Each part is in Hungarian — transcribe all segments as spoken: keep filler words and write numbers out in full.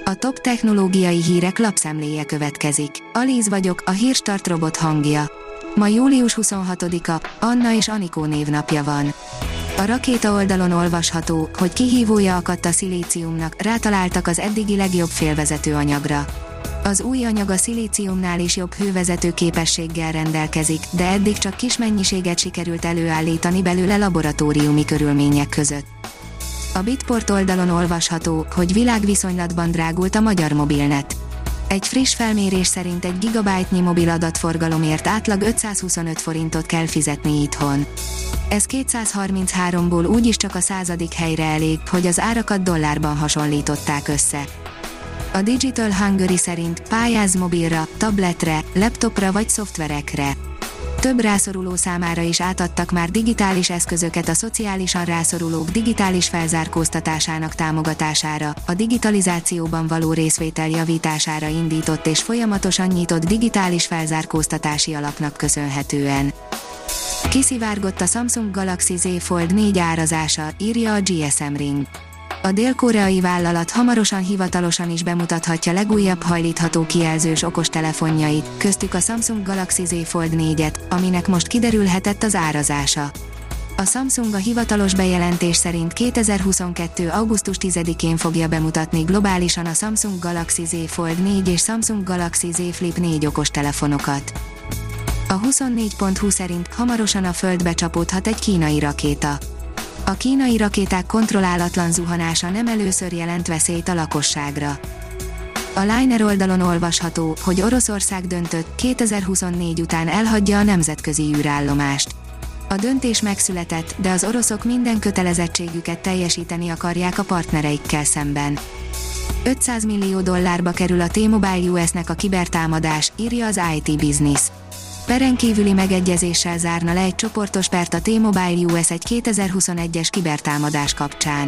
A top technológiai hírek lapszemléje következik. Alíz vagyok, a Hírstart robot hangja. Ma július huszonhatodika, Anna és Anikó névnapja van. A rakéta oldalon olvasható, hogy kihívója akadt a szilíciumnak, rátaláltak az eddigi legjobb félvezető anyagra. Az új anyag a szilíciumnál is jobb hővezető képességgel rendelkezik, de eddig csak kis mennyiséget sikerült előállítani belőle laboratóriumi körülmények között. A Bitport oldalon olvasható, hogy világviszonylatban drágult a magyar mobilnet. Egy friss felmérés szerint egy gigabájtnyi mobil adatforgalomért átlag ötszázhuszonöt forintot kell fizetni itthon. Ez kétszázharmincháromból úgyis csak a századik helyre elég, hogy az árakat dollárban hasonlították össze. A Digital Hungary szerint pályázz mobilra, tabletre, laptopra vagy szoftverekre. Több rászoruló számára is átadtak már digitális eszközöket a szociálisan rászorulók digitális felzárkóztatásának támogatására, a digitalizációban való részvétel javítására indított és folyamatosan nyitott digitális felzárkóztatási alapnak köszönhetően. Kiszivárgott a Samsung Galaxy Z Fold négy árazása, írja a gé es em Ring. A dél-koreai vállalat hamarosan hivatalosan is bemutathatja legújabb hajlítható kijelzős okostelefonjait, köztük a Samsung Galaxy Z Fold négyet, aminek most kiderülhetett az árazása. A Samsung a hivatalos bejelentés szerint kétezer-huszonkettő. augusztus tizedikén fogja bemutatni globálisan a Samsung Galaxy Z Fold négy és Samsung Galaxy Z Flip négy okostelefonokat. A huszonnégy pont hu szerint hamarosan a Földbe csapódhat egy kínai rakéta. A kínai rakéták kontrollálatlan zuhanása nem először jelent veszélyt a lakosságra. A Liner oldalon olvasható, hogy Oroszország döntött, kétezer-huszonnégy után elhagyja a nemzetközi űrállomást. A döntés megszületett, de az oroszok minden kötelezettségüket teljesíteni akarják a partnereikkel szemben. ötszáz millió dollárba kerül a T-Mobile u es-nek a kibertámadás, írja az i té Business. Peren kívüli megegyezéssel zárna le egy csoportos pert a T-Mobile u es egy kétezer-huszonegyes kibertámadás kapcsán.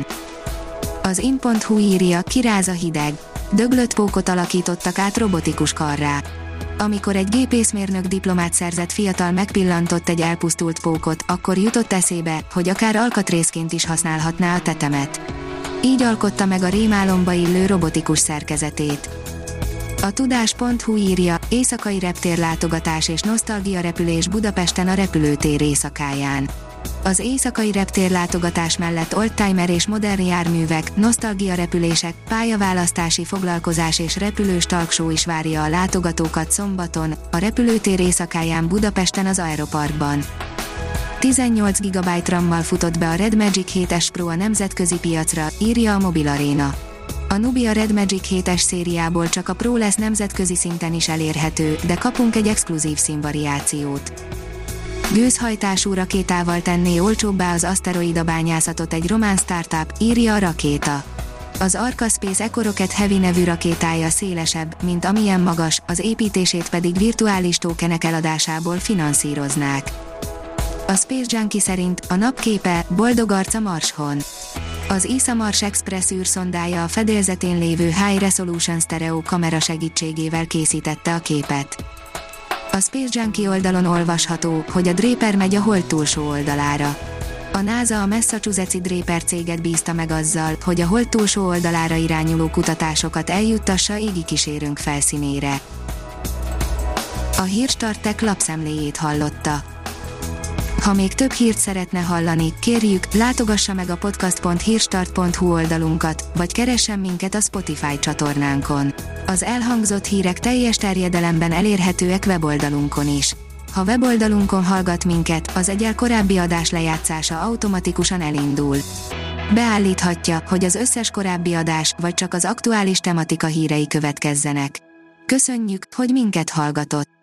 Az in pont hu írja, kiráz a hideg. Döglött pókot alakítottak át robotikus karrá. Amikor egy gépészmérnök diplomát szerzett fiatal megpillantott egy elpusztult pókot, akkor jutott eszébe, hogy akár alkatrészként is használhatná a tetemet. Így alkotta meg a rémálomba illő robotikus szerkezetét. A tudás pont hu írja, éjszakai reptérlátogatás és nosztalgia repülés Budapesten a repülőtér éjszakáján. Az éjszakai reptérlátogatás mellett oldtimer és modern járművek, nosztalgia repülések, pályaválasztási foglalkozás és repülős talkshow is várja a látogatókat szombaton, a repülőtér éjszakáján Budapesten az Aeroparkban. tizennyolc gigabájt RAM-mal futott be a Red Magic hét es Pro a nemzetközi piacra, írja a Mobil Arena. A Nubia Red Magic hétes szériából csak a Pro lesz nemzetközi szinten is elérhető, de kapunk egy exkluzív színvariációt. Gőzhajtású rakétával tenné olcsóbbá az aszteroida bányászatot egy román startup, írja a Rakéta. Az Arca Space EcoRocket Heavy nevű rakétája szélesebb, mint amilyen magas, az építését pedig virtuális tokenek eladásából finanszíroznák. A Space Junkie szerint a napképe, boldog arca Marshon. Az e es á Mars Express űrszondája a fedélzetén lévő High Resolution Stereo kamera segítségével készítette a képet. A Space Junkie oldalon olvasható, hogy a Draper megy a Hold túlsó oldalára. A NASA a Massachusetts-i Draper céget bízta meg azzal, hogy a Hold túlsó oldalára irányuló kutatásokat eljuttassa égikísérőnk felszínére. A Hírstart Tech lapszemléjét hallotta. Ha még több hírt szeretne hallani, kérjük, látogassa meg a podcast pont hírstart pont hu oldalunkat, vagy keressen minket a Spotify csatornánkon. Az elhangzott hírek teljes terjedelemben elérhetőek weboldalunkon is. Ha weboldalunkon hallgat minket, az egyel korábbi adás lejátszása automatikusan elindul. Beállíthatja, hogy az összes korábbi adás, vagy csak az aktuális tematika hírei következzenek. Köszönjük, hogy minket hallgatott!